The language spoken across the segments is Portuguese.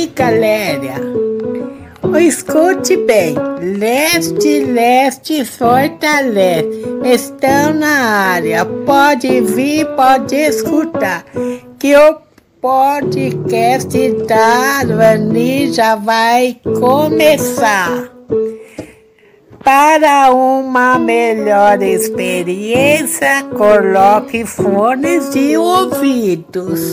aí, galera? Escute bem, Leste fortalece, estão na área, pode vir, pode escutar, que o podcast da Vani já vai começar. Para uma melhor experiência, coloque fones de ouvidos.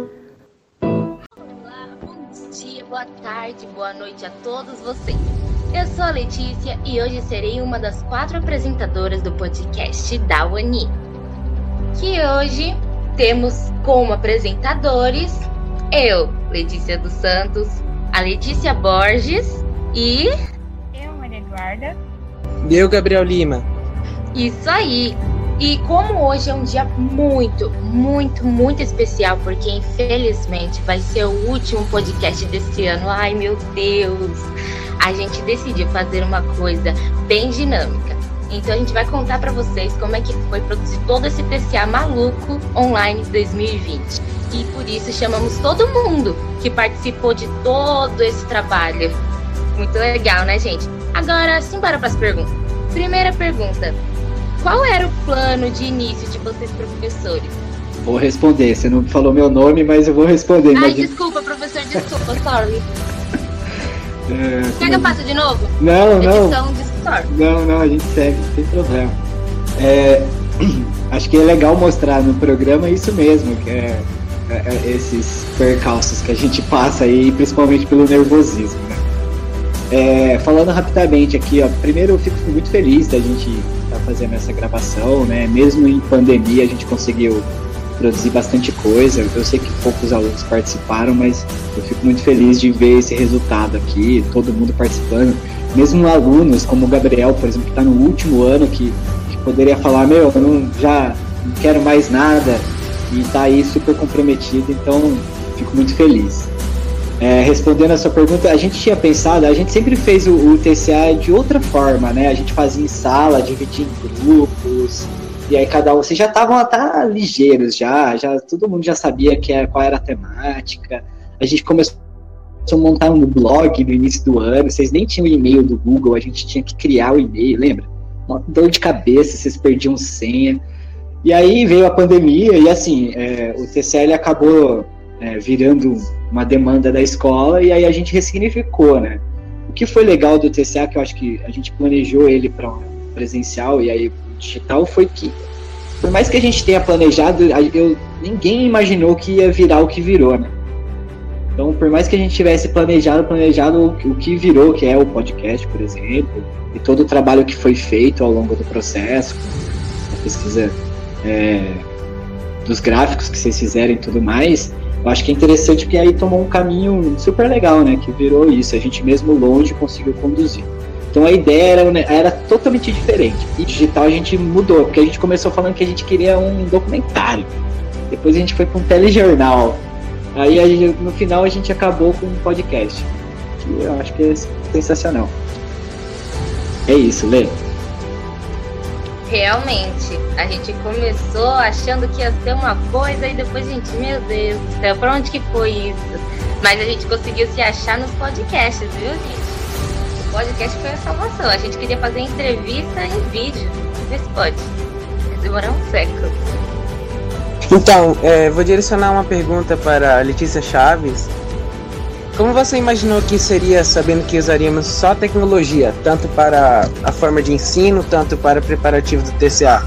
Olá, bom dia, boa tarde, boa noite a todos vocês. Eu sou a Letícia e hoje serei uma das 4 apresentadoras do podcast da Wani. Que hoje temos como apresentadores eu, Letícia dos Santos, a Letícia Borges e... eu, Maria Eduarda. E eu, Gabriel Lima. Isso aí! E como hoje é um dia muito especial, porque infelizmente vai ser o último podcast desse ano. Ai, meu Deus! A gente decidiu fazer uma coisa bem dinâmica. Então a gente vai contar pra vocês como é que foi produzir todo esse TCA maluco online 2020. E por isso chamamos todo mundo que participou de todo esse trabalho. Muito legal, né, gente? Agora, simbora para as perguntas. Primeira pergunta. Qual era o plano de início de vocês, professores? Vou responder. Você não falou meu nome, mas eu vou responder. Ai, desculpa, professor, desculpa, sorry. Quer que eu faça de novo? Não. Não, a gente segue, não tem problema. Acho que é legal mostrar no programa isso mesmo, que é esses percalços que a gente passa aí, principalmente pelo nervosismo, né? Falando rapidamente aqui, ó, primeiro eu fico muito feliz da gente estar fazendo essa gravação, né? Mesmo em pandemia a gente conseguiu produzir bastante coisa. Eu sei que poucos alunos participaram, mas eu fico muito feliz de ver esse resultado aqui, todo mundo participando. Mesmo alunos como o Gabriel, por exemplo, que está no último ano, que poderia falar, eu já não quero mais nada, e está aí super comprometido, então fico muito feliz. Respondendo a sua pergunta, a gente tinha pensado, a gente sempre fez o TCA de outra forma, né? A gente fazia em sala, dividia em grupos, e aí cada um, vocês já estavam até ligeiros, já todo mundo já sabia qual era a temática. A gente começou a montar um blog no início do ano, vocês nem tinham o e-mail do Google, a gente tinha que criar o e-mail, lembra? Uma dor de cabeça, vocês perdiam senha. E aí veio a pandemia, e assim, o TCA ele acabou virando uma demanda da escola, e aí a gente ressignificou, né? O que foi legal do TCA, que eu acho que a gente planejou ele para um presencial e aí digital, foi que, por mais que a gente tenha planejado, ninguém imaginou que ia virar o que virou, né? Então, por mais que a gente tivesse planejado o que virou, que é o podcast, por exemplo, e todo o trabalho que foi feito ao longo do processo, a pesquisa dos gráficos que vocês fizeram e tudo mais, eu acho que é interessante porque aí tomou um caminho super legal, né? Que virou isso, a gente mesmo longe conseguiu conduzir. Então a ideia era totalmente diferente. E digital a gente mudou, porque a gente começou falando que a gente queria um documentário. Depois a gente foi para um telejornal. Aí no final a gente acabou com um podcast. Que eu acho que é sensacional. É isso, Lê. Realmente, a gente começou achando que ia ser uma coisa e depois, gente, meu Deus do céu, pra onde que foi isso? Mas a gente conseguiu se achar nos podcasts, viu, gente? O podcast foi a salvação. A gente queria fazer entrevista em vídeo. Vê se pode. Vai demorar um século. Então, vou direcionar uma pergunta para a Letícia Chaves. Como você imaginou que seria, sabendo que usaríamos só tecnologia, tanto para a forma de ensino, tanto para preparativo do TCA?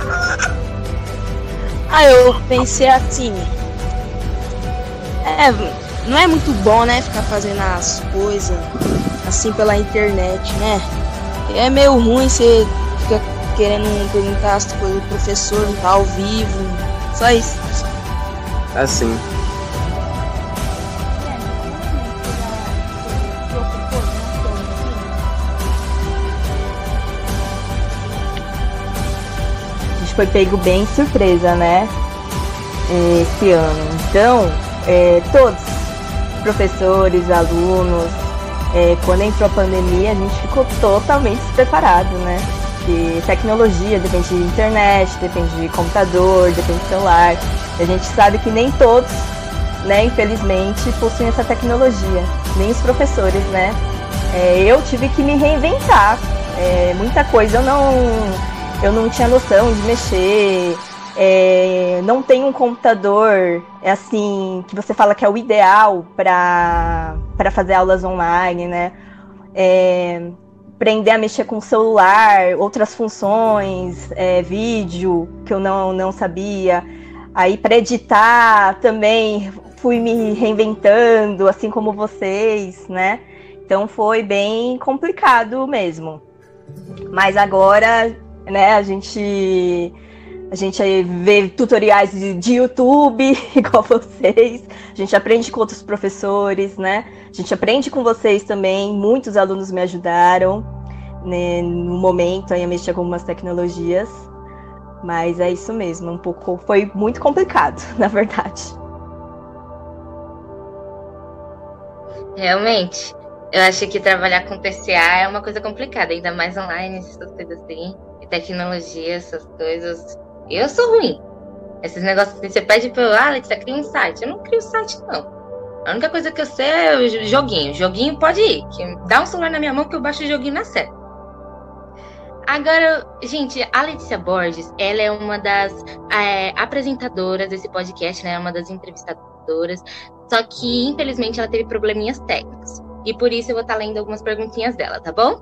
Eu pensei assim, não é muito bom, né, ficar fazendo as coisas assim pela internet, né? É meio ruim você ficar querendo perguntar as coisas do professor, não tá ao vivo, só isso. Assim. Foi pego bem surpresa, né? Esse ano. Então, todos, professores, alunos, quando entrou a pandemia, a gente ficou totalmente despreparado, né? Porque tecnologia depende de internet, depende de computador, depende de celular. E a gente sabe que nem todos né, infelizmente, possuem essa tecnologia, nem os professores, né? Eu tive que me reinventar. Muita coisa eu não tinha noção de mexer. Não tem um computador assim que você fala que é o ideal para fazer aulas online, né? Aprender a mexer com o celular, outras funções, vídeo que eu não sabia. Aí para editar também fui me reinventando, assim como vocês, né? Então foi bem complicado mesmo. Mas agora, né, a gente vê tutoriais de YouTube, igual vocês. A gente aprende com outros professores, né? A gente aprende com vocês também. Muitos alunos me ajudaram, né, no momento aí a mexer com algumas tecnologias. Mas é isso mesmo, foi muito complicado, na verdade. Realmente. Eu acho que trabalhar com TCA é uma coisa complicada, ainda mais online, essas coisas assim, e tecnologia, essas coisas. Eu sou ruim. Esses negócios que você pede pro Alex, você cria um site. Eu não crio site, não. A única coisa que eu sei é o joguinho. Joguinho pode ir. Dá um celular na minha mão que eu baixo o joguinho na série. Agora, gente, a Letícia Borges, ela é uma das apresentadoras desse podcast, né? É uma das entrevistadoras. Só que, infelizmente, ela teve probleminhas técnicos. E por isso eu vou estar lendo algumas perguntinhas dela, tá bom?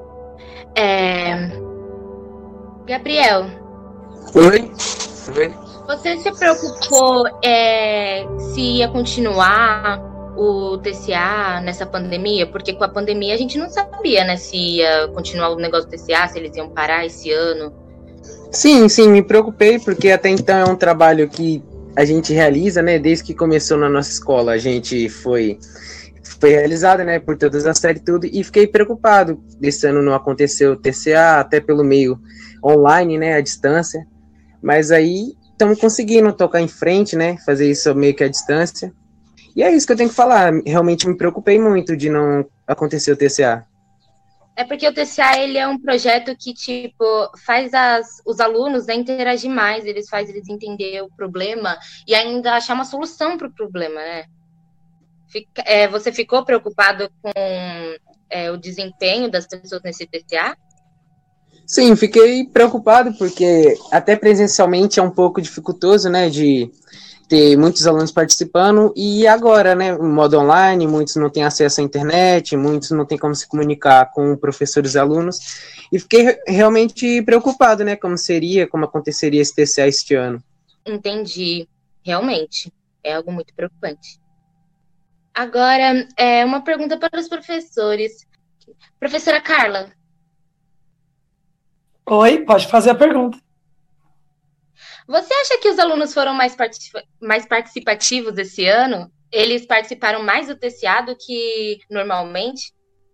Gabriel. Oi. Você se preocupou se ia continuar o TCA nessa pandemia? Porque com a pandemia a gente não sabia, né? Se ia continuar o negócio do TCA, se eles iam parar esse ano. Sim, me preocupei, porque até então é um trabalho que a gente realiza, né? Desde que começou na nossa escola, a gente foi realizada, né, por todas as séries e tudo, e fiquei preocupado. Esse ano não aconteceu o TCA, até pelo meio online, né, à distância, mas aí estamos conseguindo tocar em frente, né, fazer isso meio que à distância, e é isso que eu tenho que falar. Realmente me preocupei muito de não acontecer o TCA. É porque o TCA, ele é um projeto que, tipo, faz os alunos, né, interagir mais, faz eles entender o problema e ainda achar uma solução para o problema, né? Você ficou preocupado com o desempenho das pessoas nesse TCA? Sim, fiquei preocupado porque até presencialmente é um pouco dificultoso, né, de ter muitos alunos participando, e agora, né, em modo online, muitos não têm acesso à internet, muitos não têm como se comunicar com professores e alunos, e fiquei realmente preocupado, né, como aconteceria esse TCA este ano. Entendi, realmente, é algo muito preocupante. Agora, uma pergunta para os professores. Professora Carla. Oi, pode fazer a pergunta. Você acha que os alunos foram mais participativos esse ano? Eles participaram mais do TCA do que normalmente?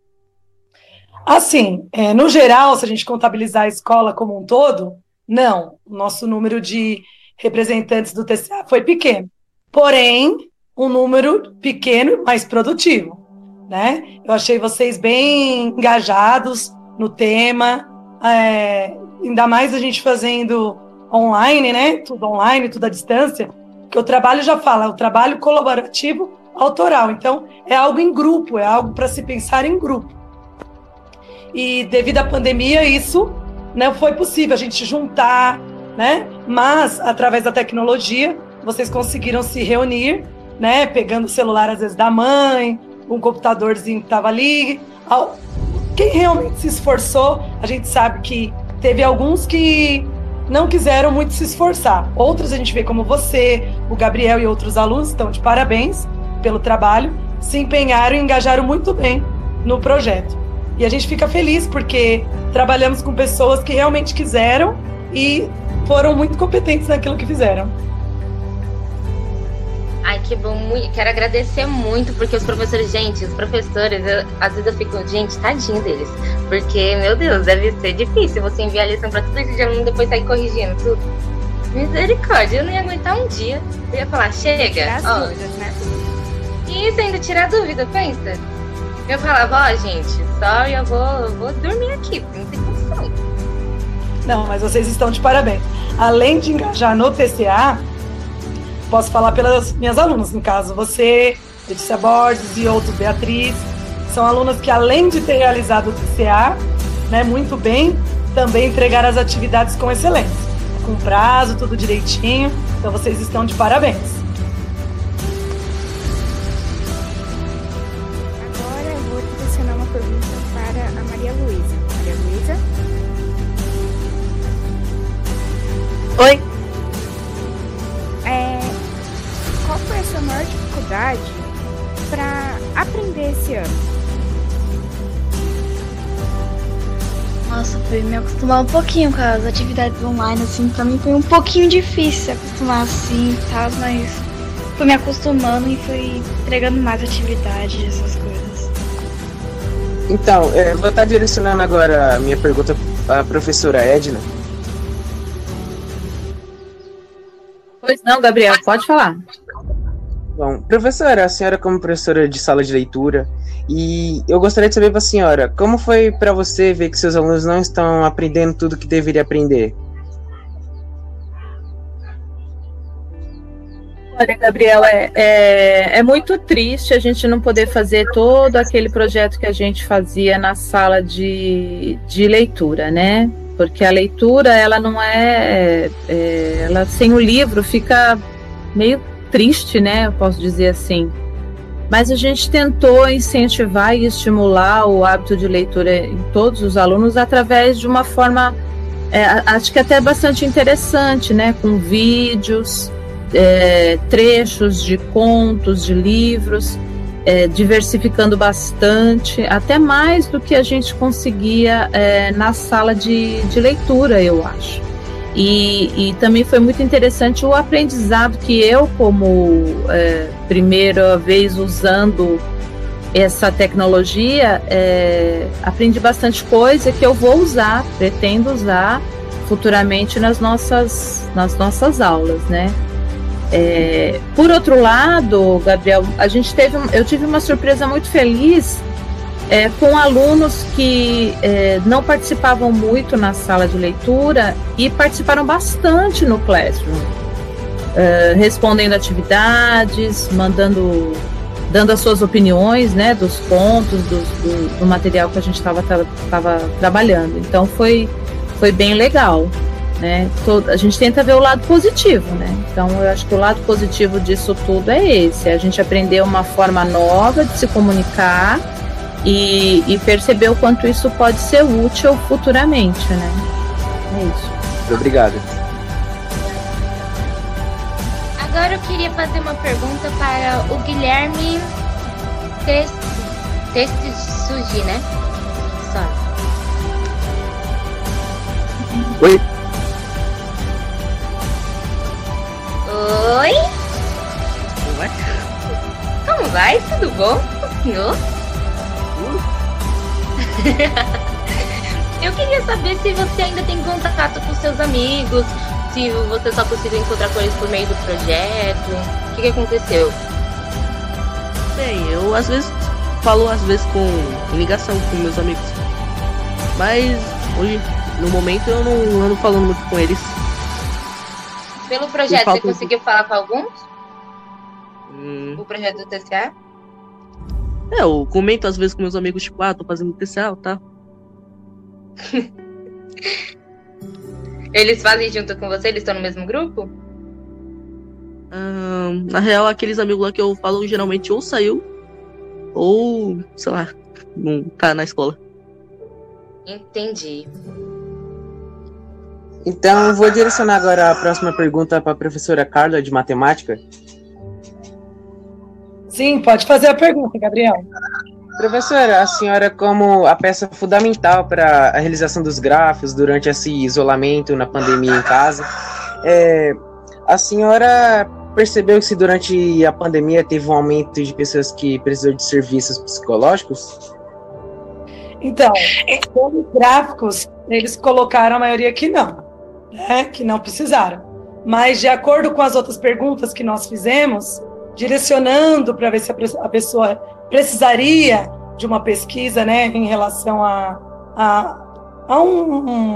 Assim, no geral, se a gente contabilizar a escola como um todo, não. O nosso número de representantes do TCA foi pequeno. Porém, um número pequeno, mas produtivo, né? Eu achei vocês bem engajados no tema, ainda mais a gente fazendo online, né? Tudo online, tudo à distância, que o trabalho já fala, o trabalho colaborativo autoral. Então, é algo em grupo, é algo para se pensar em grupo. E devido à pandemia, isso não foi possível, a gente juntar, né? Mas, através da tecnologia, vocês conseguiram se reunir, né, pegando o celular, às vezes, da mãe, um computadorzinho que estava ali. Quem realmente se esforçou, a gente sabe que teve alguns que não quiseram muito se esforçar. Outros a gente vê como você, o Gabriel e outros alunos, estão de parabéns pelo trabalho, se empenharam e engajaram muito bem no projeto. E a gente fica feliz porque trabalhamos com pessoas que realmente quiseram e foram muito competentes naquilo que fizeram. Ai, que bom, quero agradecer muito, porque os professores, às vezes eu fico, gente, tadinho deles, porque, meu Deus, deve ser difícil você enviar a lição para tudo isso de aluno e depois sair corrigindo tudo. Misericórdia, eu não ia aguentar um dia, eu ia falar, chega, tirar as dúvidas, né? E isso, ainda tirar dúvida, pensa. Eu falava, gente, só eu vou dormir aqui, não tem condição. Não, mas vocês estão de parabéns. Além de engajar no TCA, posso falar pelas minhas alunas, no caso, você, Letícia Borges e outros, Beatriz, são alunas que, além de ter realizado o TCA, né, muito bem, também entregaram as atividades com excelência, com prazo, tudo direitinho, então vocês estão de parabéns. Agora eu vou direcionar uma pergunta para a Maria Luísa. Maria Luísa? Oi. Qual foi a sua maior dificuldade para aprender esse ano? Nossa, foi me acostumar um pouquinho com as atividades online, assim, pra mim foi um pouquinho difícil se acostumar assim e tal, mas fui me acostumando e fui entregando mais atividades, essas coisas. Então, vou estar direcionando agora a minha pergunta para a professora Edna. Pois não, Gabriel, pode falar. Bom, professora, a senhora como professora de sala de leitura, e eu gostaria de saber para a senhora, como foi para você ver que seus alunos não estão aprendendo tudo que deveria aprender? Olha, Gabriel, é muito triste a gente não poder fazer todo aquele projeto que a gente fazia na sala de leitura, né? Porque a leitura, ela não ela sem o livro fica meio triste, né? Eu posso dizer assim. Mas a gente tentou incentivar e estimular o hábito de leitura em todos os alunos através de uma forma, acho que até bastante interessante, né? Com vídeos, trechos de contos, de livros, diversificando bastante, até mais do que a gente conseguia na sala de leitura, eu acho. E também foi muito interessante o aprendizado que eu, como primeira vez usando essa tecnologia, aprendi bastante coisa que eu vou usar, pretendo usar futuramente nas nossas aulas, né? Por outro lado, Gabriel, eu tive uma surpresa muito feliz com alunos que não participavam muito na sala de leitura e participaram bastante no Classroom, respondendo atividades, dando as suas opiniões, né, dos contos, do material que a gente estava trabalhando. Então foi bem legal, né? A gente tenta ver o lado positivo, né? Então eu acho que o lado positivo disso tudo é esse: a gente aprender uma forma nova de se comunicar e perceber o quanto isso pode ser útil futuramente, né? É isso. Muito obrigado. Agora eu queria fazer uma pergunta para o Guilherme Testsuji, né? Só. Oi. Oi? Como vai? Tudo bom, senhor? Eu queria saber se você ainda tem contato com seus amigos, se você só conseguiu encontrar com eles por meio do projeto. O que aconteceu? Bem, eu às vezes falo com ligação com meus amigos, mas hoje, no momento, eu não ando falando muito com eles. Pelo projeto, você conseguiu falar com alguns? O projeto do TCA? Eu comento às vezes com meus amigos, tipo, tô fazendo TCA, tá? Eles fazem junto com você? Eles estão no mesmo grupo? Na real, aqueles amigos lá que eu falo geralmente ou saiu, ou, sei lá, não tá na escola. Entendi. Então, eu vou direcionar agora a próxima pergunta para a professora Carla, de matemática. Sim, pode fazer a pergunta, Gabriel. Professora, a senhora, como a peça fundamental para a realização dos grafos durante esse isolamento na pandemia em casa, a senhora percebeu que se durante a pandemia teve um aumento de pessoas que precisam de serviços psicológicos? Então, os gráficos, eles colocaram a maioria que não, né? Que não precisaram. Mas, de acordo com as outras perguntas que nós fizemos, direcionando para ver se a pessoa precisaria de uma pesquisa, né, em relação a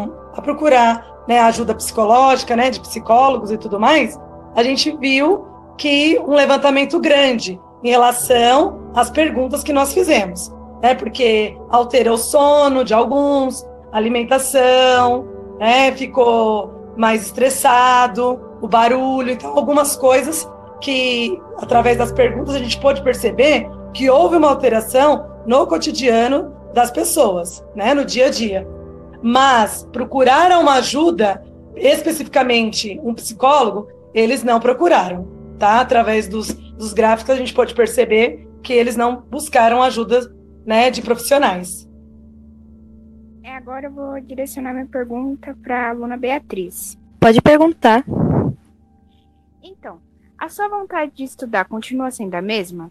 procurar, né, ajuda psicológica, né, de psicólogos e tudo mais, a gente viu que um levantamento grande em relação às perguntas que nós fizemos, né? Porque alterou o sono de alguns, alimentação, né? Ficou mais estressado, o barulho, então algumas coisas que, através das perguntas, a gente pôde perceber que houve uma alteração no cotidiano das pessoas, né? No dia a dia. Mas procuraram uma ajuda, especificamente um psicólogo, eles não procuraram, tá? Através dos gráficos a gente pode perceber que eles não buscaram ajuda, né, de profissionais. Agora eu vou direcionar minha pergunta para a aluna Beatriz. Pode perguntar. Então, a sua vontade de estudar continua sendo a mesma?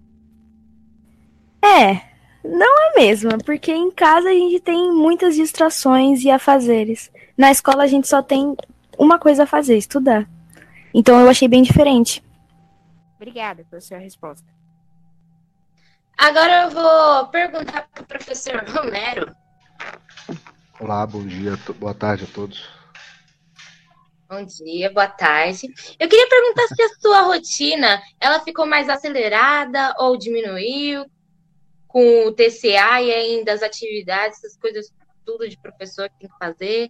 Não é a mesma, porque em casa a gente tem muitas distrações e afazeres. Na escola a gente só tem uma coisa a fazer, estudar. Então eu achei bem diferente. Obrigada pela sua resposta. Agora eu vou perguntar para o professor Romero. Olá, bom dia, boa tarde a todos. Bom dia, boa tarde. Eu queria perguntar se a sua rotina, ela ficou mais acelerada ou diminuiu com o TCA e ainda as atividades, essas coisas tudo de professor que tem que fazer.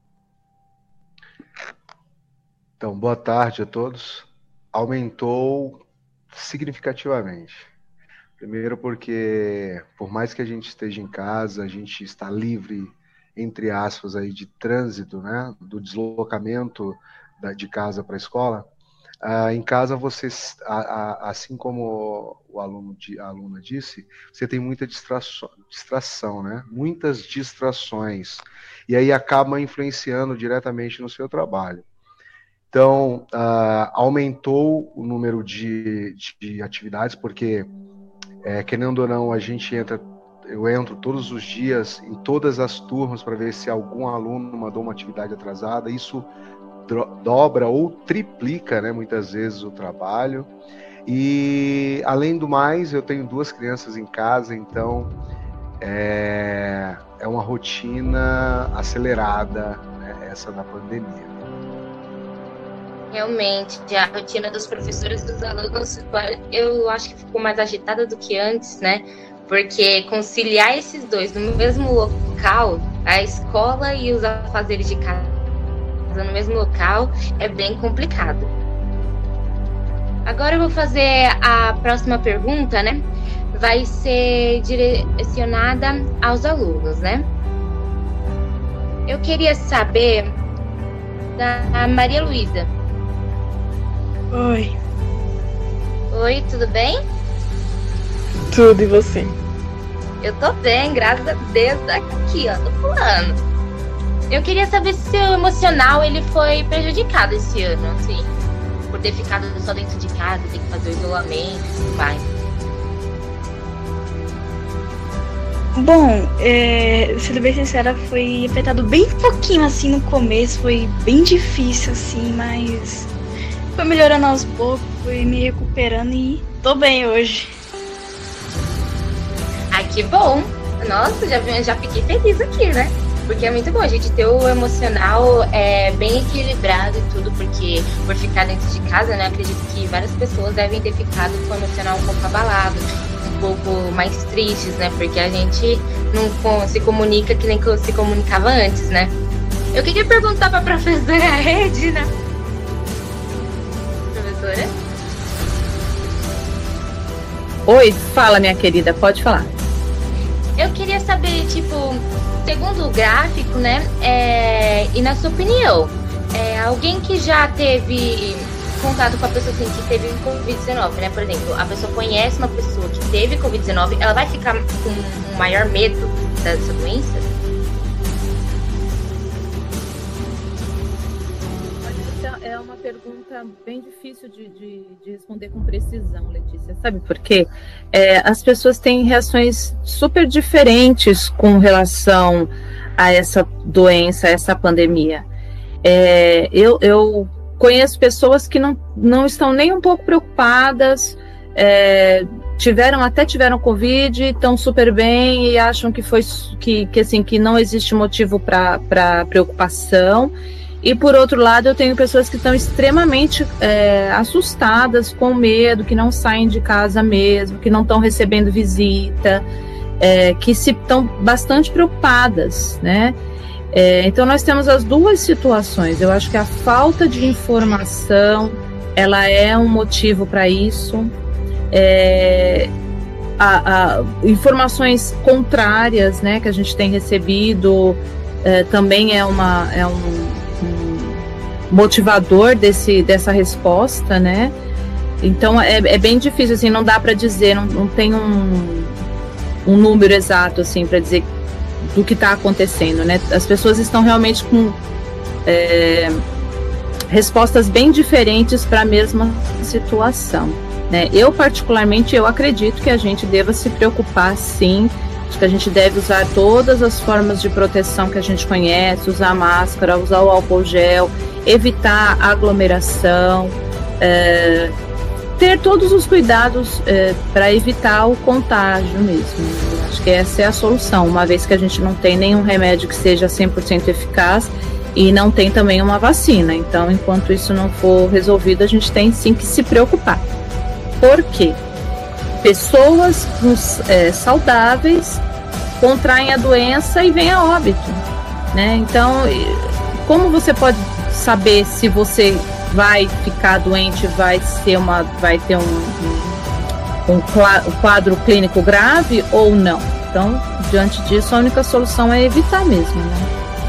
Então, boa tarde a todos. Aumentou significativamente. Primeiro porque, por mais que a gente esteja em casa, a gente está livre, entre aspas, aí, de trânsito, né, do deslocamento de casa para a escola. Em casa, você, assim como a aluna disse, você tem muita distração, né? Muitas distrações. E aí acaba influenciando diretamente no seu trabalho. Então, aumentou o número de atividades, porque, querendo ou não, eu entro todos os dias em todas as turmas para ver se algum aluno mandou uma atividade atrasada. Isso dobra ou triplica, né, muitas vezes o trabalho. E, além do mais, eu tenho 2 crianças em casa, então é uma rotina acelerada, né, essa da pandemia. Realmente, a rotina dos professores e dos alunos, eu acho que ficou mais agitada do que antes, né? Porque conciliar esses dois no mesmo local, a escola e os afazeres de casa no mesmo local, é bem complicado. Agora eu vou fazer a próxima pergunta, né? Vai ser direcionada aos alunos, né? Eu queria saber da Maria Luísa. Oi. Oi, tudo bem? Tudo, e você? Eu tô bem, graças a Deus, aqui, ó, tô falando. Eu queria saber se seu emocional, ele foi prejudicado esse ano, assim, por ter ficado só dentro de casa, ter que fazer o isolamento e tudo mais. Bom, sendo bem sincera, foi afetado bem pouquinho, assim, no começo, foi bem difícil, assim, mas foi melhorando aos poucos, fui me recuperando e tô bem hoje. Ai, que bom! Nossa, já fiquei feliz aqui, né? Porque é muito bom a gente ter o emocional bem equilibrado e tudo, porque por ficar dentro de casa, né, acredito que várias pessoas devem ter ficado com o emocional um pouco abalado, um pouco mais tristes, né, porque a gente não se comunica que nem se comunicava antes, né. Eu queria perguntar para a professora Edna. Professora? Oi, fala, minha querida, pode falar. Eu queria saber, tipo, segundo o gráfico, né, e na sua opinião, alguém que já teve contato com a pessoa assim, que teve Covid-19, né, por exemplo, a pessoa conhece uma pessoa que teve Covid-19, ela vai ficar com um maior medo dessa doença? É uma pergunta bem difícil de responder com precisão, Letícia. Sabe por quê? As pessoas têm reações super diferentes com relação a essa doença, a essa pandemia. Eu conheço pessoas que não estão nem um pouco preocupadas, tiveram Covid, estão super bem e acham que não existe motivo para preocupação. E por outro lado, eu tenho pessoas que estão extremamente assustadas, com medo, que não saem de casa mesmo, que não estão recebendo visita, que estão bastante preocupadas, né? Então nós temos as duas situações. Eu acho que a falta de informação, ela é um motivo para isso. Informações contrárias, né, que a gente tem recebido, também é um motivador dessa resposta, né? Então é bem difícil, assim, não dá para dizer, não tem um número exato, assim, para dizer do que está acontecendo, né? As pessoas estão realmente com respostas bem diferentes para a mesma situação, né? Eu particularmente, eu acredito que a gente deva se preocupar, sim. Acho que a gente deve usar todas as formas de proteção que a gente conhece, usar máscara, usar o álcool gel, evitar aglomeração, ter todos os cuidados para evitar o contágio mesmo. Acho que essa é a solução, uma vez que a gente não tem nenhum remédio que seja 100% eficaz e não tem também uma vacina. Então, enquanto isso não for resolvido, a gente tem sim que se preocupar. Por quê? Pessoas saudáveis contraem a doença e vêm a óbito, né? Então, como você pode saber se você vai ficar doente, vai ter um quadro clínico grave ou não? Então, diante disso, a única solução é evitar mesmo, né?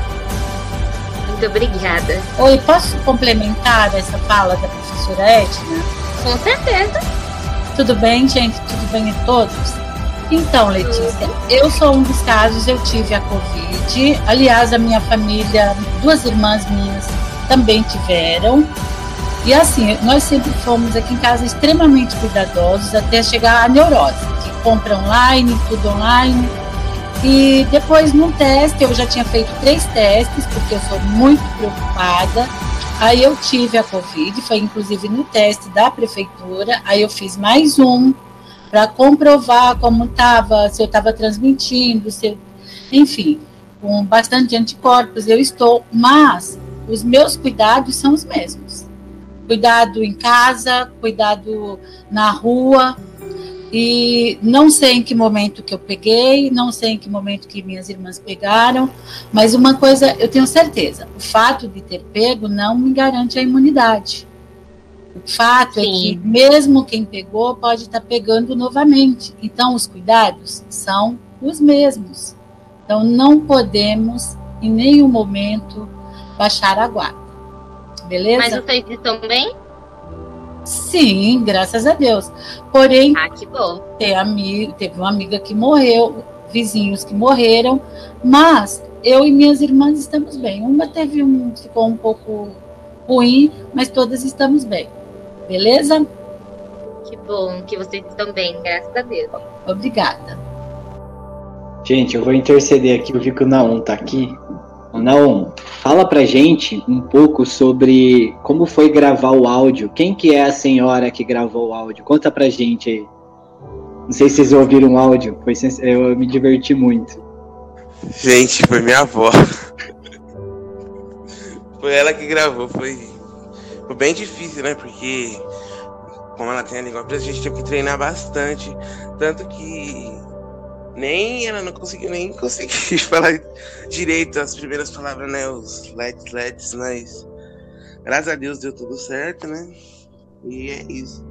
Muito obrigada. Oi, posso complementar essa fala da professora Edna? Com certeza. Tudo bem, gente? Tudo bem a todos? Então, Letícia, eu sou um dos casos, eu tive a Covid. Aliás, a minha família, 2 irmãs minhas também tiveram. E assim, nós sempre fomos aqui em casa extremamente cuidadosos até chegar à neurose, que compra online, tudo online. E depois, num teste, eu já tinha feito 3 testes, porque eu sou muito preocupada. Aí eu tive a Covid, foi inclusive no teste da prefeitura. Aí eu fiz mais um para comprovar como estava, se eu estava transmitindo, enfim, com bastante anticorpos eu estou, mas os meus cuidados são os mesmos. Cuidado em casa, cuidado na rua, e não sei em que momento que eu peguei, não sei em que momento que minhas irmãs pegaram, mas uma coisa eu tenho certeza, o fato de ter pego não me garante a imunidade. O fato é que mesmo quem pegou pode estar pegando novamente, então os cuidados são os mesmos. Então não podemos em nenhum momento baixar a guarda, beleza? Mas vocês estão bem? Sim, graças a Deus. Porém, que bom. Teve uma amiga que morreu, vizinhos que morreram, mas eu e minhas irmãs estamos bem. Uma ficou um pouco ruim, mas todas estamos bem. Beleza? Que bom que vocês estão bem, graças a Deus. Obrigada. Gente, eu vou interceder aqui, eu vi que o Naum tá aqui. O Naum, fala pra gente um pouco sobre como foi gravar o áudio. Quem que é a senhora que gravou o áudio? Conta pra gente aí. Não sei se vocês ouviram o áudio, eu me diverti muito. Gente, foi minha avó. Foi ela que gravou, foi bem difícil, né? Porque como ela tem a língua presa, a gente teve que treinar bastante. Tanto que ela não conseguiu nem conseguir falar direito as primeiras palavras, né? Os LEDs, mas graças a Deus deu tudo certo, né? E é isso.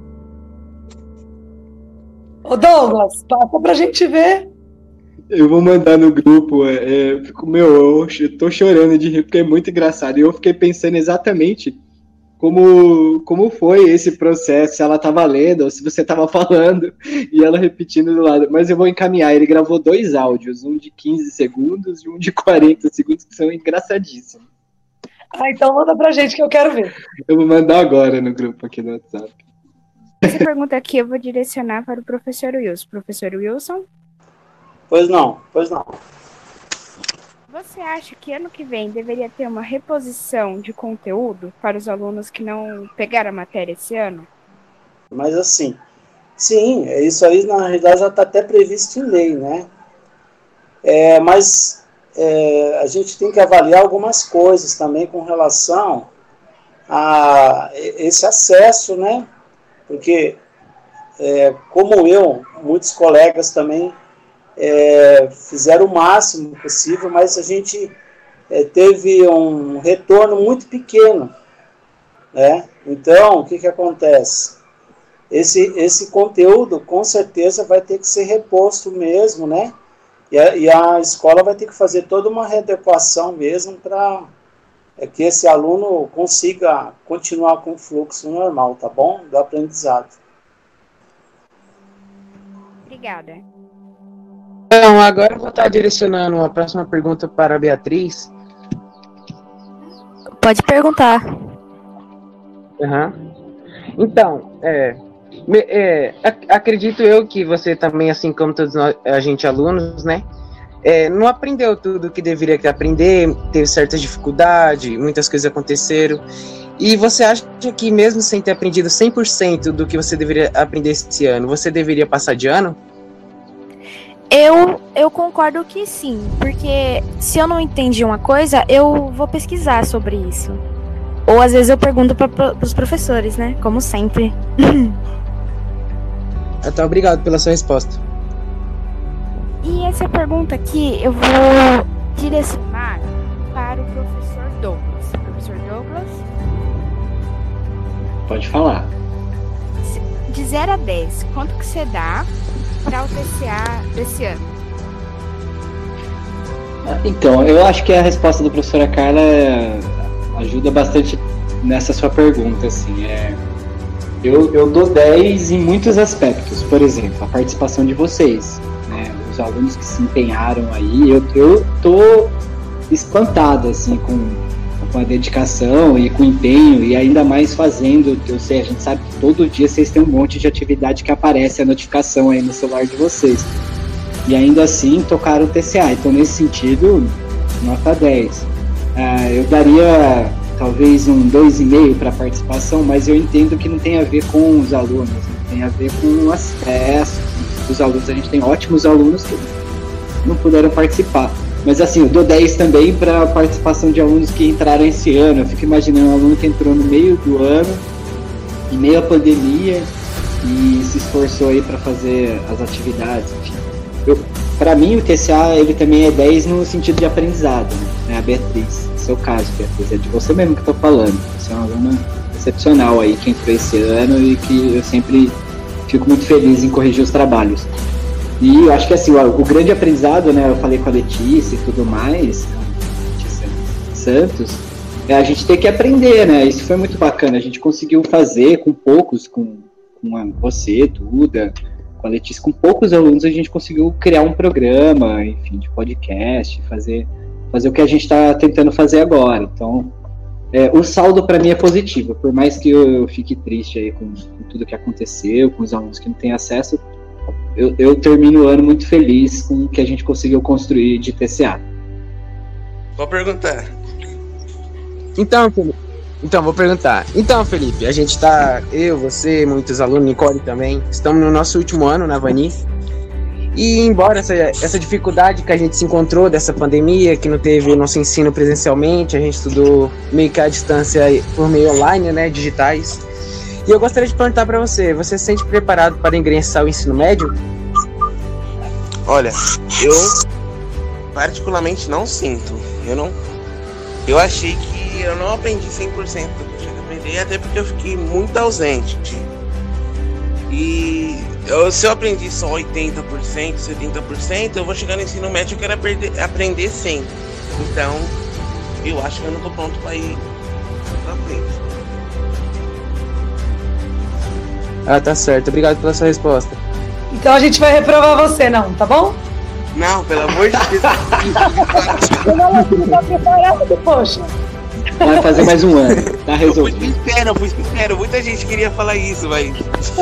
Ô Douglas, passa pra gente ver. Eu vou mandar no grupo, eu tô chorando de rir porque é muito engraçado. E eu fiquei pensando exatamente como foi esse processo, se ela estava lendo ou se você estava falando e ela repetindo do lado. Mas eu vou encaminhar, ele gravou 2 áudios, um de 15 segundos e um de 40 segundos, que são engraçadíssimos. Então manda pra gente que eu quero ver. Eu vou mandar agora no grupo aqui no WhatsApp. Essa pergunta aqui eu vou direcionar para o professor Wilson. Professor Wilson? Pois não. Você acha que ano que vem deveria ter uma reposição de conteúdo para os alunos que não pegaram a matéria esse ano? Mas assim, sim, isso aí na realidade já está até previsto em lei, né? Mas a gente tem que avaliar algumas coisas também com relação a esse acesso, né? Porque, como eu, muitos colegas também fizeram o máximo possível, mas a gente teve um retorno muito pequeno, né? Então, o que acontece? Esse conteúdo, com certeza, vai ter que ser reposto mesmo, né? E a escola vai ter que fazer toda uma readequação mesmo para que esse aluno consiga continuar com o fluxo normal, tá bom? Do aprendizado. Obrigada. Então, agora eu vou estar direcionando a próxima pergunta para a Beatriz. Pode perguntar. Então, acredito eu que você também, assim como todos nós, a gente alunos, né, não aprendeu tudo o que deveria aprender, teve certas dificuldades, muitas coisas aconteceram, e você acha que mesmo sem ter aprendido 100% do que você deveria aprender esse ano, você deveria passar de ano? Eu concordo que sim, porque se eu não entendi uma coisa, eu vou pesquisar sobre isso. Ou às vezes eu pergunto para os professores, né? Como sempre. Então, obrigado pela sua resposta. E essa pergunta aqui eu vou direcionar para o professor Douglas. Professor Douglas? Pode falar. De 0 a 10, quanto que você dá para o TCA desse ano? Então, eu acho que a resposta da professora Carla ajuda bastante nessa sua pergunta, assim, eu dou 10 em muitos aspectos. Por exemplo, a participação de vocês, né, os alunos que se empenharam aí, eu tô espantado, assim, com a dedicação e com o empenho, e ainda mais fazendo, eu sei, a gente sabe que todo dia vocês têm um monte de atividade que aparece a notificação aí no celular de vocês, e ainda assim tocaram o TCA, então nesse sentido, nota 10. Eu daria talvez um 2,5 para participação, mas eu entendo que não tem a ver com os alunos, tem a ver com o acesso dos alunos. A gente tem ótimos alunos que não puderam participar. Mas assim, eu dou 10 também para a participação de alunos que entraram esse ano. Eu fico imaginando um aluno que entrou no meio do ano, em meio à pandemia, e se esforçou aí para fazer as atividades, enfim. Para mim, o TCA ele também é 10 no sentido de aprendizado, né? A Beatriz, seu caso, Beatriz, é de você mesmo que eu tô falando. Você é uma aluna excepcional aí, que entrou esse ano e que eu sempre fico muito feliz em corrigir os trabalhos. E eu acho que assim, o grande aprendizado, né, eu falei com a Letícia e tudo mais, a Letícia Santos, a gente tem que aprender, né? Isso foi muito bacana, a gente conseguiu fazer com poucos, com você, Duda, com a Letícia, com poucos alunos, a gente conseguiu criar um programa, enfim, de podcast, fazer o que a gente está tentando fazer agora. Então, o saldo para mim é positivo, por mais que eu fique triste aí com tudo que aconteceu, com os alunos que não têm acesso, eu termino o ano muito feliz com o que a gente conseguiu construir de TCA. Vou perguntar. Então, vou perguntar. Então, Felipe, a gente tá, eu, você, muitos alunos, Nicole também, estamos no nosso último ano na Vani. E embora essa dificuldade que a gente se encontrou dessa pandemia, que não teve o nosso ensino presencialmente, a gente estudou meio que à distância por meio online, né, digitais. E eu gostaria de perguntar para você, você se sente preparado para ingressar ao ensino médio? Olha, eu particularmente não sinto. Eu achei que eu não aprendi 100% do que eu tinha que aprender, até porque eu fiquei muito ausente. E se eu aprendi só 80%, 70%, eu vou chegar no ensino médio e eu quero aprender 100%. Então, eu acho que eu não tô pronto para ir pra frente. Tá certo. Obrigado pela sua resposta. Então a gente vai reprovar você, não, tá bom? Não, pelo amor de Deus. Não tá preparado, poxa. Vai fazer mais um ano, tá resolvido. Eu fui sincero, muita gente queria falar isso, mas...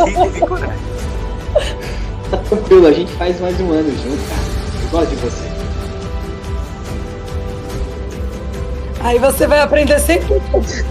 Tá tranquilo, a gente faz mais um ano junto, cara. Eu gosto de você. Aí você vai aprender sempre.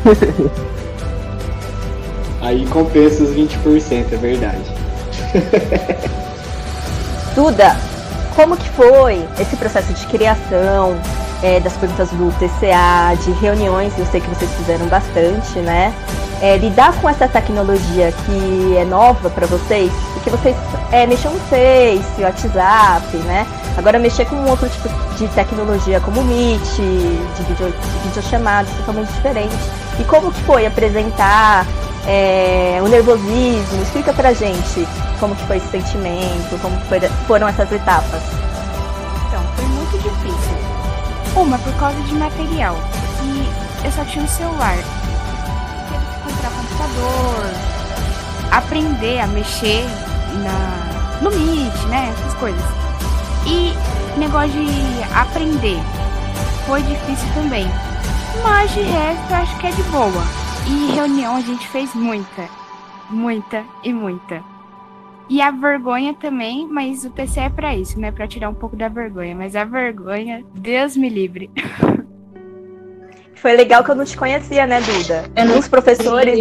Aí compensa os 20%, é verdade. Duda, como que foi esse processo de criação das perguntas do TCA, de reuniões, eu sei que vocês fizeram bastante, né? Lidar com essa tecnologia que é nova para vocês, porque vocês mexiam no Face, WhatsApp, né? Agora mexer com um outro tipo de tecnologia como o Meet, de videochamadas totalmente diferente. E como que foi apresentar o nervosismo? Explica pra gente como que foi esse sentimento, como que foram essas etapas. Então, foi muito difícil. Uma, por causa de material. E eu só tinha um celular. Teve que comprar computador, aprender a mexer no Meet, né? Essas coisas. E negócio de aprender foi difícil também. Mas de resto, eu acho que é de boa. E reunião a gente fez muita. E a vergonha também, mas o TCE é pra isso, né? Pra tirar um pouco da vergonha. Mas a vergonha, Deus me livre. Foi legal que eu não te conhecia, né, Duda? Os professores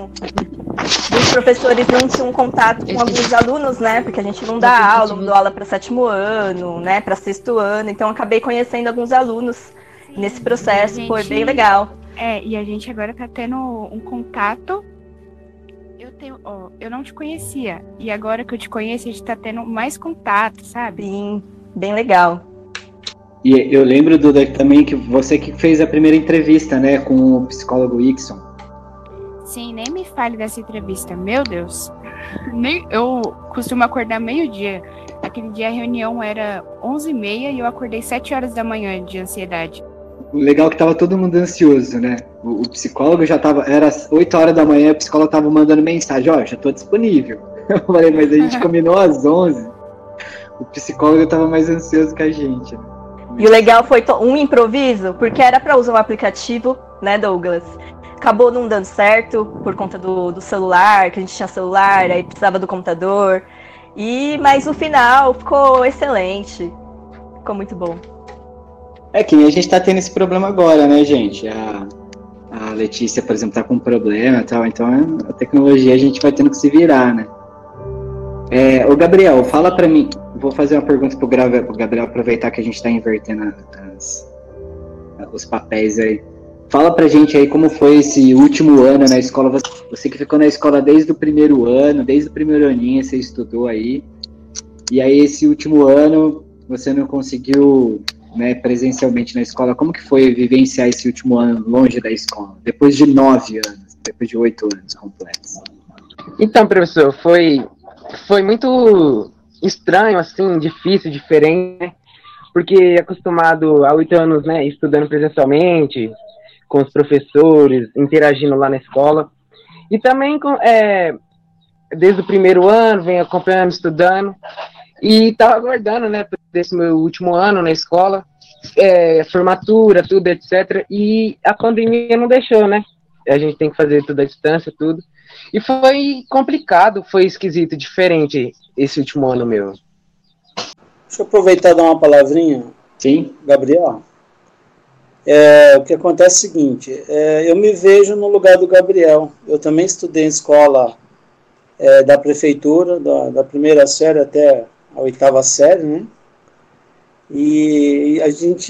não tinham contato com alguns alunos, né? Porque a gente não dá aula, não dou aula para 7º ano, né? Para 6º ano. Então acabei conhecendo alguns alunos nesse processo. Foi bem legal. E a gente agora tá tendo um contato. Eu não te conhecia. E agora que eu te conheço, a gente tá tendo mais contato, sabe? Sim, bem legal. E eu lembro, Duda, também que você que fez a primeira entrevista, né, com o psicólogo Ixon. Sim, nem me fale dessa entrevista, meu Deus. Eu costumo acordar meio-dia. Aquele dia a reunião era 11h30 e eu acordei 7 horas da manhã de ansiedade. O legal é que tava todo mundo ansioso, né? O psicólogo já tava, era 8 horas da manhã, o psicólogo tava mandando mensagem, já tô disponível. Eu falei, mas a gente combinou às 11. O psicólogo tava mais ansioso que a gente, né? E o legal foi um improviso, porque era para usar um aplicativo, né, Douglas? Acabou não dando certo por conta do celular, que a gente tinha celular, aí precisava do computador. Mas no final ficou excelente. Ficou muito bom. Que nem a gente tá tendo esse problema agora, né, gente? A Letícia, por exemplo, tá com um problema e tal, então a tecnologia a gente vai tendo que se virar, né? Ô Gabriel, fala pra mim, vou fazer uma pergunta pro Gabriel, aproveitar que a gente tá invertendo os papéis aí. Fala pra gente aí como foi esse último ano na escola, você que ficou na escola desde o primeiro ano, desde o primeiro aninho você estudou aí, e aí esse último ano você não conseguiu, né, presencialmente na escola, como que foi vivenciar esse último ano longe da escola, depois de 9 anos, depois de 8 anos completos? Então, professor, foi muito estranho, assim, difícil, diferente, né? Porque acostumado há 8 anos, né, estudando presencialmente, com os professores, interagindo lá na escola, e também desde o primeiro ano, venho acompanhando, estudando, e estava aguardando, né, desse meu último ano na escola, formatura, tudo, etc, e a pandemia não deixou, né? A gente tem que fazer tudo à distância, tudo. E foi complicado, foi esquisito, diferente esse último ano meu. Deixa eu aproveitar e dar uma palavrinha. Sim. Gabriel. O que acontece é o seguinte, eu me vejo no lugar do Gabriel. Eu também estudei em escola da prefeitura, da primeira série até a 8ª série, né? E a gente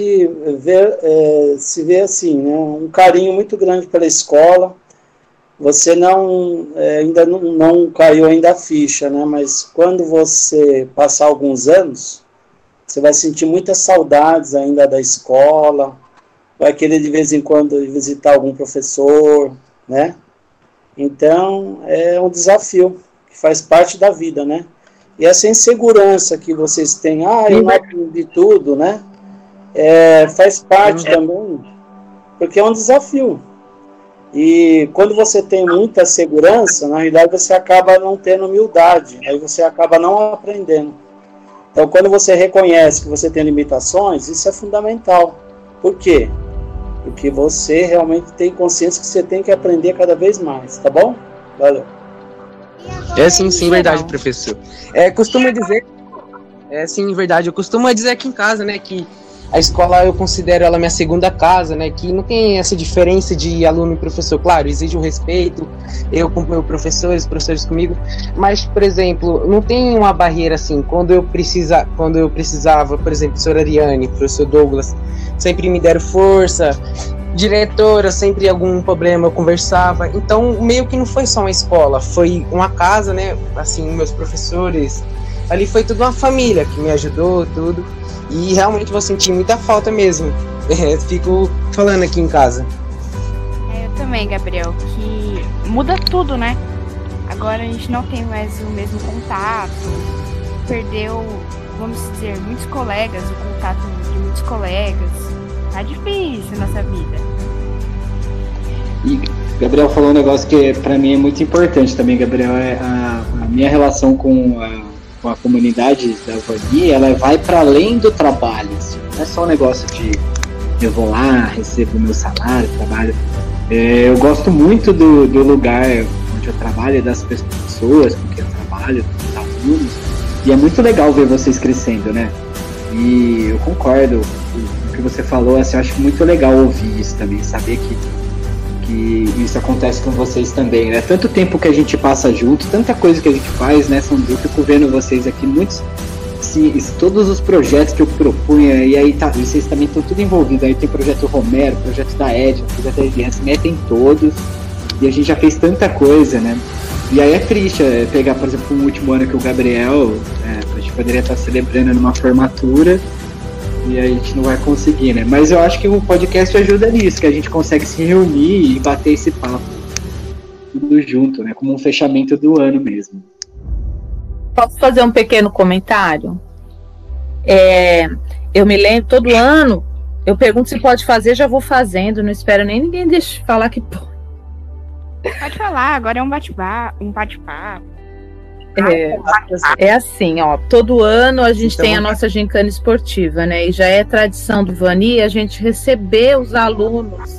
se vê assim, né? Um carinho muito grande pela escola. Você ainda não caiu ainda a ficha, né? Mas quando você passar alguns anos, você vai sentir muitas saudades ainda da escola, vai querer de vez em quando visitar algum professor, né? Então, é um desafio que faz parte da vida, né? E essa insegurança que vocês têm, eu não aprendi tudo, né? Faz parte também, porque é um desafio. E quando você tem muita segurança, na realidade você acaba não tendo humildade, aí você acaba não aprendendo. Então, quando você reconhece que você tem limitações, isso é fundamental. Por quê? Porque você realmente tem consciência que você tem que aprender cada vez mais, tá bom? Valeu. Sim, verdade, professor. Costumo dizer, sim, verdade, eu costumo dizer aqui em casa, né, que a escola eu considero ela minha segunda casa, né? Que não tem essa diferença de aluno e professor. Claro, exige um respeito, eu com meus professores, os professores comigo, mas, por exemplo, não tem uma barreira assim. Quando eu precisava, por exemplo, professor Ariane, professor Douglas, sempre me deram força, diretora, sempre algum problema eu conversava. Então, meio que não foi só uma escola, foi uma casa, né? Assim, meus professores, ali foi tudo uma família que me ajudou, tudo. E realmente vou sentir muita falta mesmo. Fico falando aqui em casa. Eu também, Gabriel, que muda tudo, né? Agora a gente não tem mais o mesmo contato, perdeu, vamos dizer, muitos colegas, o contato de muitos colegas. Tá difícil a nossa vida. E Gabriel falou um negócio que pra mim é muito importante também, Gabriel, é a minha relação com a comunidade da Vani, ela vai para além do trabalho, assim. Não é só um negócio de eu vou lá, recebo meu salário, trabalho. Eu gosto muito do lugar onde eu trabalho, das pessoas com quem eu trabalho, dos alunos, e é muito legal ver vocês crescendo, né? E eu concordo com o que você falou, assim, eu acho muito legal ouvir isso também, saber que isso acontece com vocês também, né? Tanto tempo que a gente passa junto, tanta coisa que a gente faz, né, Sandro? Eu fico vendo vocês aqui, muitos, todos os projetos que eu propunha, e aí tá, vocês também estão tudo envolvidos, aí tem o projeto Romero, o projeto da Edna, o projeto da Eliane, se metem todos, e a gente já fez tanta coisa, né? E aí é triste pegar, por exemplo, um último ano que o Gabriel, a gente poderia estar celebrando numa formatura, e a gente não vai conseguir, né? Mas eu acho que o podcast ajuda nisso, que a gente consegue se reunir e bater esse papo tudo junto, né? Como um fechamento do ano mesmo. Posso fazer um pequeno comentário? Eu me lembro, todo ano, eu pergunto se pode fazer, já vou fazendo, não espero nem ninguém deixar falar que pode. Pode falar, agora é um bate-papo. É assim, ó, todo ano a gente tem a nossa gincana esportiva, né, e já é tradição do Vani a gente receber os alunos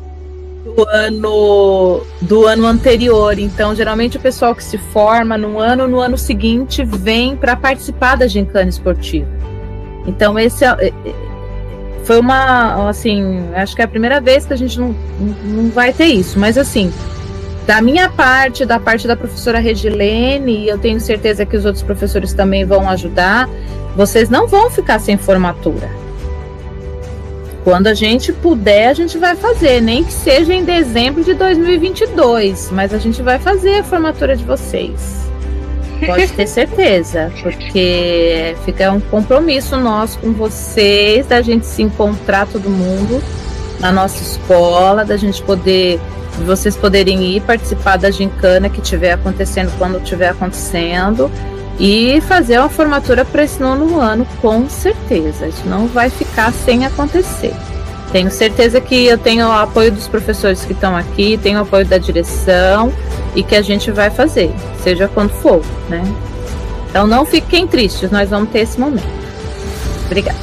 do ano anterior. Então, geralmente o pessoal que se forma no ano seguinte vem para participar da gincana esportiva. Então, esse foi uma, assim, acho que é a primeira vez que a gente não vai ter isso, mas assim, da minha parte, da parte da professora Regilene, e eu tenho certeza que os outros professores também vão ajudar, vocês não vão ficar sem formatura. Quando a gente puder, a gente vai fazer, nem que seja em dezembro de 2022, mas a gente vai fazer a formatura de vocês. Pode ter certeza, porque fica um compromisso nosso com vocês, da gente se encontrar todo mundo na nossa escola, da gente poder, de vocês poderem ir participar da gincana que estiver acontecendo quando estiver acontecendo e fazer uma formatura para esse nono ano, com certeza. Isso não vai ficar sem acontecer. Tenho certeza que eu tenho o apoio dos professores que estão aqui, tenho o apoio da direção e que a gente vai fazer, seja quando for, né? Então não fiquem tristes, nós vamos ter esse momento. Obrigada.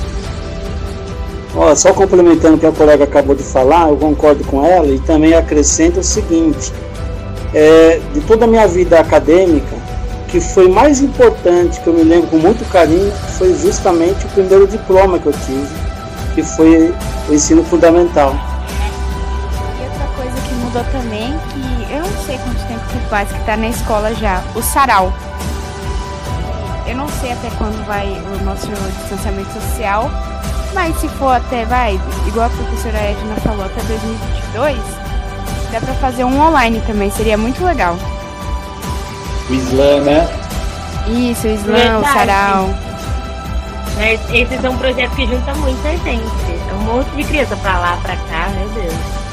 Só complementando o que a colega acabou de falar, eu concordo com ela e também acrescento o seguinte: de toda a minha vida acadêmica, o que foi mais importante, que eu me lembro com muito carinho, foi justamente o primeiro diploma que eu tive, que foi o ensino fundamental. E outra coisa que mudou também, que eu não sei quanto tempo que faz que está na escola já, o sarau. Eu não sei até quando vai o nosso distanciamento social, mas se for até, igual a professora Edna falou, até 2022, dá para fazer um online também, seria muito legal. O Slam, né? Isso, o Slam, o sarau. Esses são projetos que juntam muita gente. É um monte de criança pra lá, pra cá, meu Deus.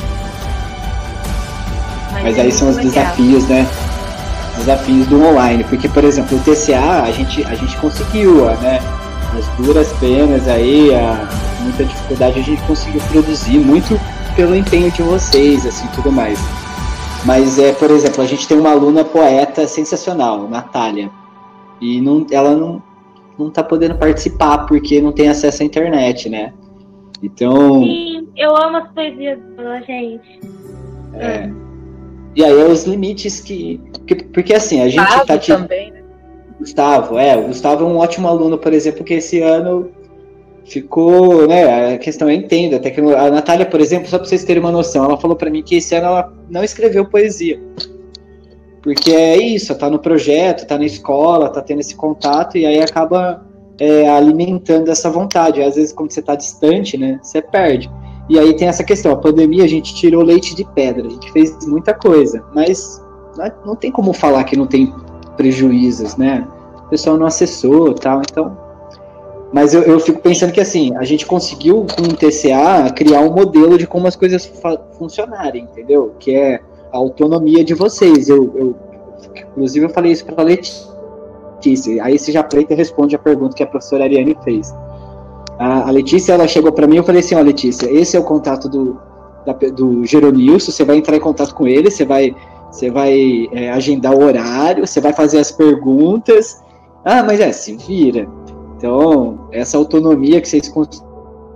Mas aí são os desafios, né? Desafios do online. Porque, por exemplo, o TCA, a gente conseguiu, né? As duras penas aí, muita dificuldade, a gente conseguiu produzir muito pelo empenho de vocês, assim, tudo mais. Mas, por exemplo, a gente tem uma aluna poeta sensacional, Natália, e ela não tá podendo participar porque não tem acesso à internet, né? Então... Sim, eu amo as poesias da gente. E aí é os limites porque assim, a gente tá também, né? O Gustavo é um ótimo aluno, por exemplo, que esse ano ficou, né, a questão eu entendo, até que a Natália, por exemplo, só para vocês terem uma noção, ela falou para mim que esse ano ela não escreveu poesia, porque é isso, tá no projeto, tá na escola, tá tendo esse contato, e aí acaba alimentando essa vontade. Às vezes, quando você tá distante, né, você perde. E aí tem essa questão, a pandemia a gente tirou leite de pedra, a gente fez muita coisa, mas não tem como falar que não tem prejuízos, né? O pessoal não acessou e tal, então... Mas eu fico pensando que, assim, a gente conseguiu, com o TCA, criar um modelo de como as coisas funcionarem, entendeu? Que é a autonomia de vocês. Inclusive, eu falei isso para a Letícia. Aí você já aproveita e responde a pergunta que a professora Ariane fez. A Letícia, ela chegou para mim e eu falei assim, Letícia, esse é o contato do Geronilson, você vai entrar em contato com ele, você vai agendar o horário, você vai fazer as perguntas. Mas se vira. Então, essa autonomia que vocês construíram.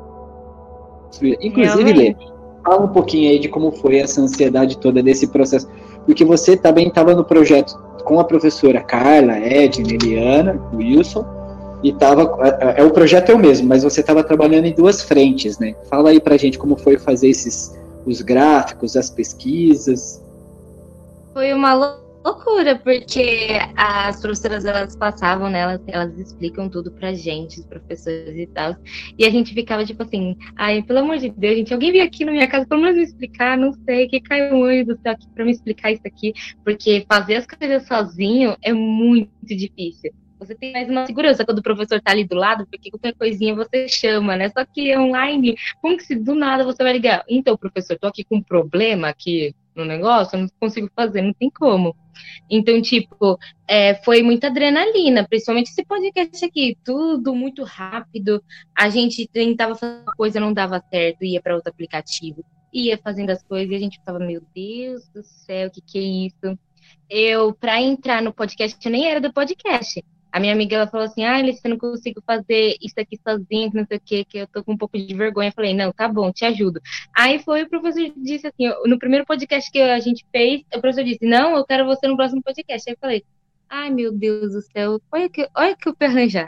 Inclusive, Lê, fala um pouquinho aí de como foi essa ansiedade toda desse processo. Porque você também estava no projeto com a professora Carla, Edna, Eliana, Wilson, e o projeto é o mesmo, mas você estava trabalhando em duas frentes, né? Fala aí pra gente como foi fazer os gráficos, as pesquisas. Foi uma loucura, porque as professoras, elas passavam, né, elas explicam tudo pra gente, os professores e tal, e a gente ficava tipo assim, pelo amor de Deus, gente, alguém veio aqui na minha casa pelo menos me explicar, não sei, que caiu um anjo do céu aqui pra me explicar isso aqui, porque fazer as coisas sozinho é muito difícil. Você tem mais uma segurança quando o professor tá ali do lado, porque qualquer coisinha você chama, né? Só que online, como que se do nada você vai ligar? Então, professor, tô aqui com um problema aqui no negócio, eu não consigo fazer, não tem como. Então, tipo, foi muita adrenalina, principalmente esse podcast aqui, tudo muito rápido. A gente tentava fazer uma coisa, não dava certo, ia para outro aplicativo, ia fazendo as coisas e a gente ficava, meu Deus do céu, o que é isso? Para entrar no podcast, eu nem era do podcast. A minha amiga, ela falou assim, Alice, eu não consigo fazer isso aqui sozinha, que não sei o que eu tô com um pouco de vergonha. Eu falei, não, tá bom, te ajudo. Aí o professor disse assim, no primeiro podcast que a gente fez, o professor disse, não, eu quero você no próximo podcast. Aí eu falei, meu Deus do céu, olha que eu fui arranjar.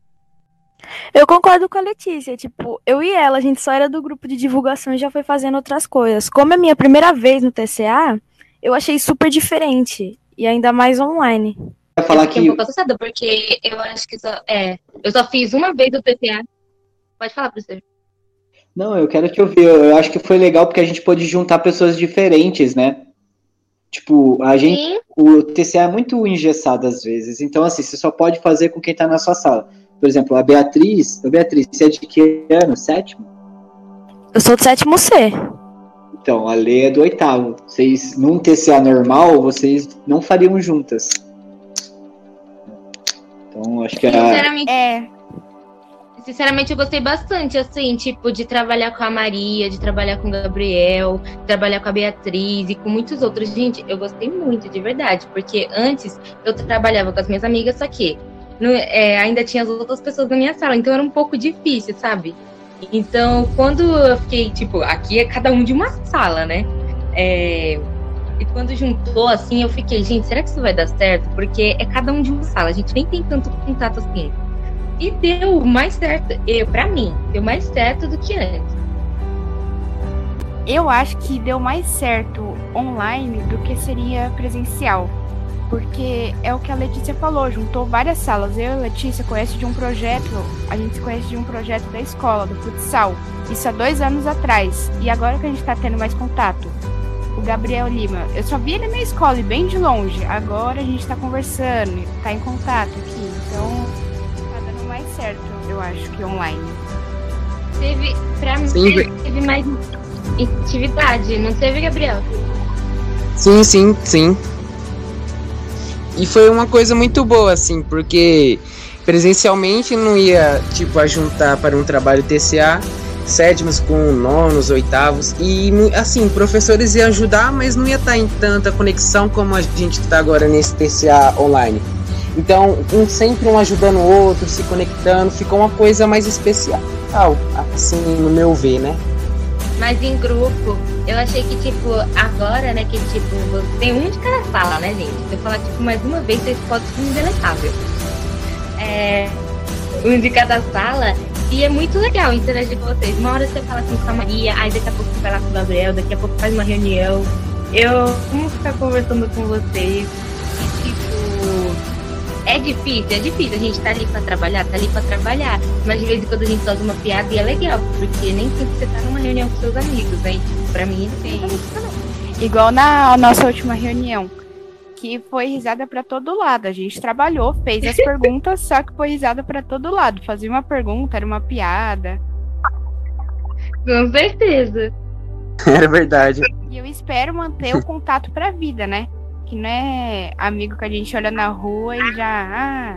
Eu concordo com a Letícia, tipo, eu e ela, a gente só era do grupo de divulgação e já foi fazendo outras coisas. Como é minha primeira vez no TCA, eu achei super diferente, e ainda mais online. Eu fiquei um pouco assustada, porque eu acho que eu só fiz uma vez o TCA. Pode falar, professor. Não, eu quero te ouvir. Eu acho que foi legal porque a gente pôde juntar pessoas diferentes, né? Tipo, o TCA é muito engessado às vezes. Então, assim, você só pode fazer com quem tá na sua sala. Por exemplo, a Beatriz, você é de que ano? 7º? Eu sou do 7º C. Então, a Lê é do 8º. Vocês, num TCA normal, vocês não fariam juntas. Então, acho que Sinceramente, eu gostei bastante, assim, tipo, de trabalhar com a Maria, de trabalhar com o Gabriel, de trabalhar com a Beatriz e com muitos outros. Gente, eu gostei muito, de verdade, porque antes eu trabalhava com as minhas amigas, só que ainda tinha as outras pessoas na minha sala, então era um pouco difícil, sabe? Então, quando eu fiquei, tipo, aqui é cada um de uma sala, né? E quando juntou, assim, eu fiquei, gente, será que isso vai dar certo? Porque é cada um de uma sala, a gente nem tem tanto contato assim. E deu mais certo, pra mim, deu mais certo do que antes. Eu acho que deu mais certo online do que seria presencial. Porque é o que a Letícia falou, juntou várias salas. Eu e a Letícia a gente se conhece de um projeto da escola, do futsal. Isso há 2 anos atrás. E agora que a gente tá tendo mais contato. O Gabriel Lima, eu só vi ele na escola e bem de longe. Agora a gente tá conversando, tá em contato aqui. Então, tá dando mais certo, eu acho, que online. Teve mais atividade, não teve, Gabriel? Sim. E foi uma coisa muito boa, assim, porque presencialmente não ia, tipo, ajuntar para um trabalho TCA 7º com 9º, 8º, e assim, professores iam ajudar, mas não ia estar em tanta conexão como a gente está agora nesse TCA online. Então, sempre um ajudando o outro, se conectando, ficou uma coisa mais especial, assim, no meu ver, né? Mas em grupo, eu achei que, tipo, agora, né, que, tipo, tem um de cada sala, né, gente? Se eu falar, tipo, mais uma vez, vocês podem ser indeletável. um de cada sala. E é muito legal interagir com vocês. Uma hora você fala assim com a Maria, aí daqui a pouco você vai lá com o Gabriel, daqui a pouco faz uma reunião. Eu amo ficar conversando com vocês. E, tipo, é difícil. A gente tá ali pra trabalhar. Mas de vez em quando a gente solta uma piada e é legal, porque nem sempre você tá numa reunião com seus amigos, né? Tipo, pra mim, é isso também. Igual na nossa última reunião, que foi risada pra todo lado. A gente trabalhou, fez as perguntas, só que foi risada pra todo lado. Fazia uma pergunta, era uma piada. Com certeza. Era verdade. E eu espero manter o contato pra vida, né? Que não é amigo que a gente olha na rua e já...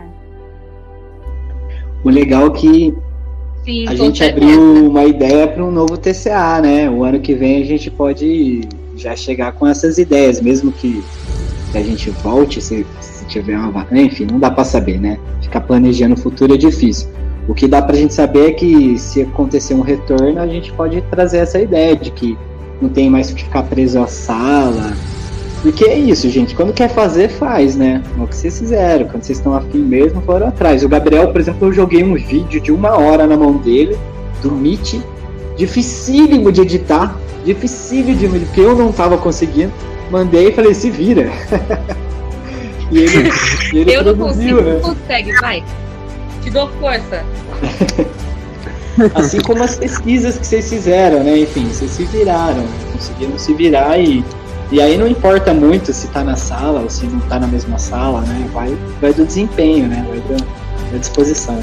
O legal é que Sim, a gente abriu uma ideia para um novo TCA, né? O ano que vem a gente pode já chegar com essas ideias, mesmo que a gente volte, se tiver uma... Enfim, não dá para saber, né? Ficar planejando o futuro é difícil. O que dá pra gente saber é que se acontecer um retorno, a gente pode trazer essa ideia de que não tem mais que ficar preso à sala. Porque é isso, gente. Quando quer fazer, faz, né? É o que vocês fizeram. Quando vocês estão afim mesmo, foram atrás. O Gabriel, por exemplo, eu joguei um vídeo de 1 hora na mão dele, do Meet. Dificílimo de editar. Porque eu não tava conseguindo. Mandei e falei, se vira. E ele eu não produziu, consigo, né? não consegue, vai. Te dou força. Assim como as pesquisas que vocês fizeram, né? Enfim, vocês se viraram, conseguiram se virar e aí não importa muito se tá na sala ou se não tá na mesma sala, né? Vai do desempenho, né? Vai da disposição.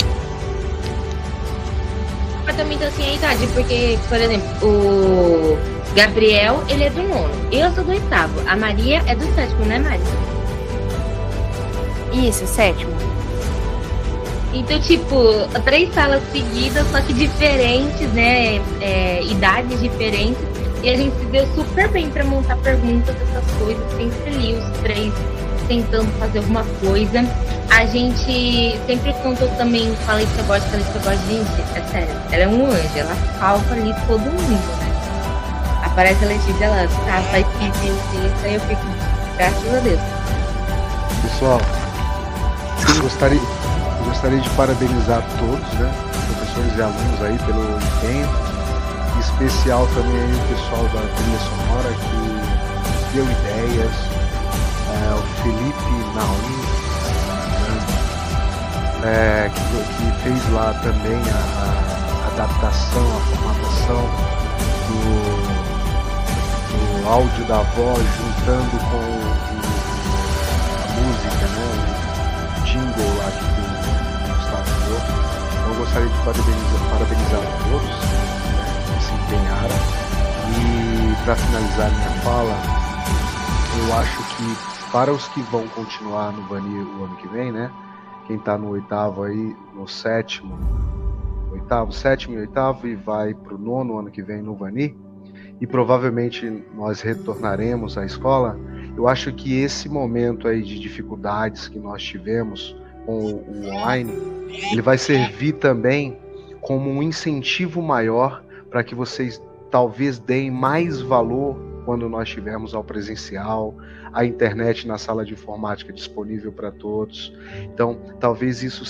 Mas também tá assim a idade, porque, por exemplo, o Gabriel, ele é do 9º, eu sou do 8º, a Maria é do 7º, né, Mari? Isso, 7º. Então, tipo, 3 salas seguidas, só que diferentes, né? Idades diferentes. E a gente se deu super bem pra montar perguntas, essas coisas, sempre ali, os 3 tentando fazer alguma coisa. A gente sempre contou também com a Letícia Borges, gente, é sério, ela é um anjo, ela salva ali todo mundo, né? Aparece a Letícia, ela faz isso, aí eu fico, graças a Deus. Pessoal, eu gostaria de parabenizar todos, né, professores e alunos aí pelo empenho. Em especial também aí o pessoal da trilha sonora que deu ideias, o Felipe Naum, que fez lá também a adaptação, a formatação do áudio da voz juntando com a música, né, o jingle lá que o Gustavo deu. Então eu gostaria de parabenizar a todos. Empenharam. E para finalizar minha fala, eu acho que para os que vão continuar no Vani o ano que vem, né? Quem está no 8º aí, no 7º e 8º e vai para o 9º ano que vem no Vani, e provavelmente nós retornaremos à escola. Eu acho que esse momento aí de dificuldades que nós tivemos com o online, ele vai servir também como um incentivo maior para que vocês talvez deem mais valor quando nós tivermos ao presencial, a internet na sala de informática disponível para todos. Então, talvez isso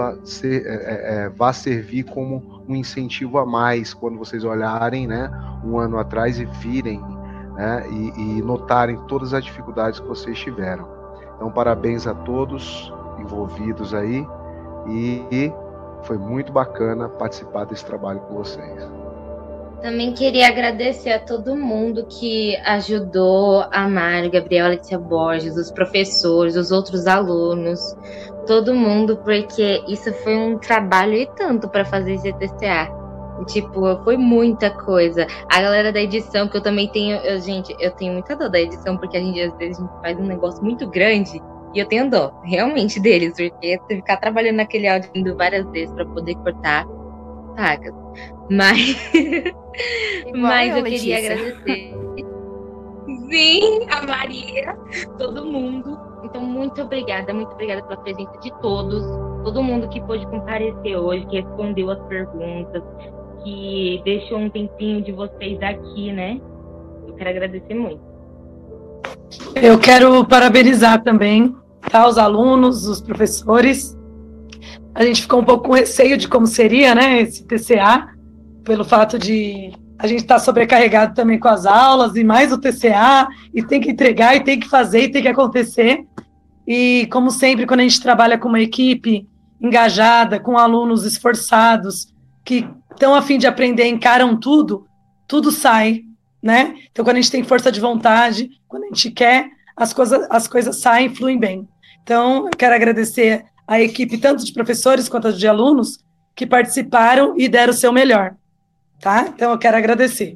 vá servir como um incentivo a mais quando vocês olharem, né, um ano atrás e virem, né, e notarem todas as dificuldades que vocês tiveram. Então, parabéns a todos envolvidos aí e foi muito bacana participar desse trabalho com vocês. Também queria agradecer a todo mundo que ajudou a Mari, Gabriel, Letícia Borges, os professores, os outros alunos, todo mundo, porque isso foi um trabalho e tanto para fazer esse TCA. Tipo, foi muita coisa. A galera da edição, que eu também tenho... Eu tenho muita dó da edição, porque às vezes a gente faz um negócio muito grande e eu tenho dó, realmente, deles, porque você ficar trabalhando naquele áudio indo várias vezes para poder cortar, paga. Mas eu queria agradecer. Sim, a Maria, todo mundo. Então, muito obrigada pela presença de todos. Todo mundo que pôde comparecer hoje, que respondeu as perguntas, que deixou um tempinho de vocês aqui, né? Eu quero agradecer muito. Eu quero parabenizar também, tá, os alunos, os professores. A gente ficou um pouco com receio de como seria, né, esse TCA, pelo fato de a gente estar sobrecarregado também com as aulas e mais o TCA, e tem que entregar, e tem que fazer, e tem que acontecer. E, como sempre, quando a gente trabalha com uma equipe engajada, com alunos esforçados, que estão a fim de aprender, encaram tudo, tudo sai, né? Então, quando a gente tem força de vontade, quando a gente quer, as coisas saem e fluem bem. Então, eu quero agradecer a equipe, tanto de professores quanto de alunos, que participaram e deram o seu melhor, tá? Então, eu quero agradecer.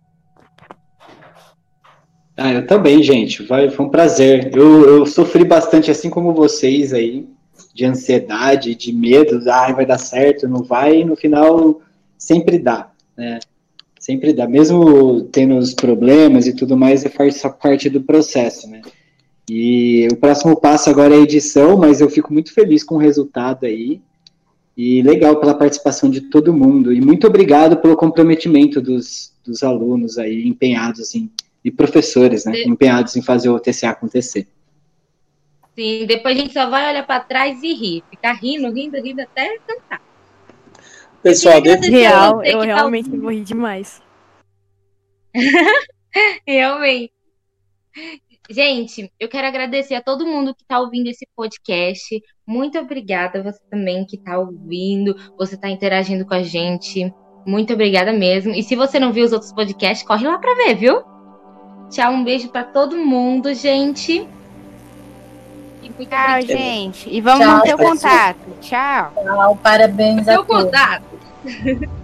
Eu também, gente. Foi um prazer. Eu sofri bastante, assim como vocês aí, de ansiedade, de medo. Vai dar certo, não vai. E no final, sempre dá, né? Sempre dá. Mesmo tendo os problemas e tudo mais, faz parte do processo, né? E o próximo passo agora é a edição, mas eu fico muito feliz com o resultado aí. E legal pela participação de todo mundo. E muito obrigado pelo comprometimento dos alunos aí, empenhados, assim, e professores, né, empenhados em fazer o TCA acontecer. Sim, depois a gente só vai olhar para trás e rir. Ficar rindo até cantar. Pessoal, real, eu realmente vou rir demais. Realmente. Gente, eu quero agradecer a todo mundo que está ouvindo esse podcast. Muito obrigada, você também que está ouvindo, você está interagindo com a gente. Muito obrigada mesmo. E se você não viu os outros podcasts, corre lá para ver, viu? Tchau, um beijo para todo mundo, gente. Tchau, gente. E vamos manter o contato. Tchau. Tchau, parabéns a todos. Manter o contato.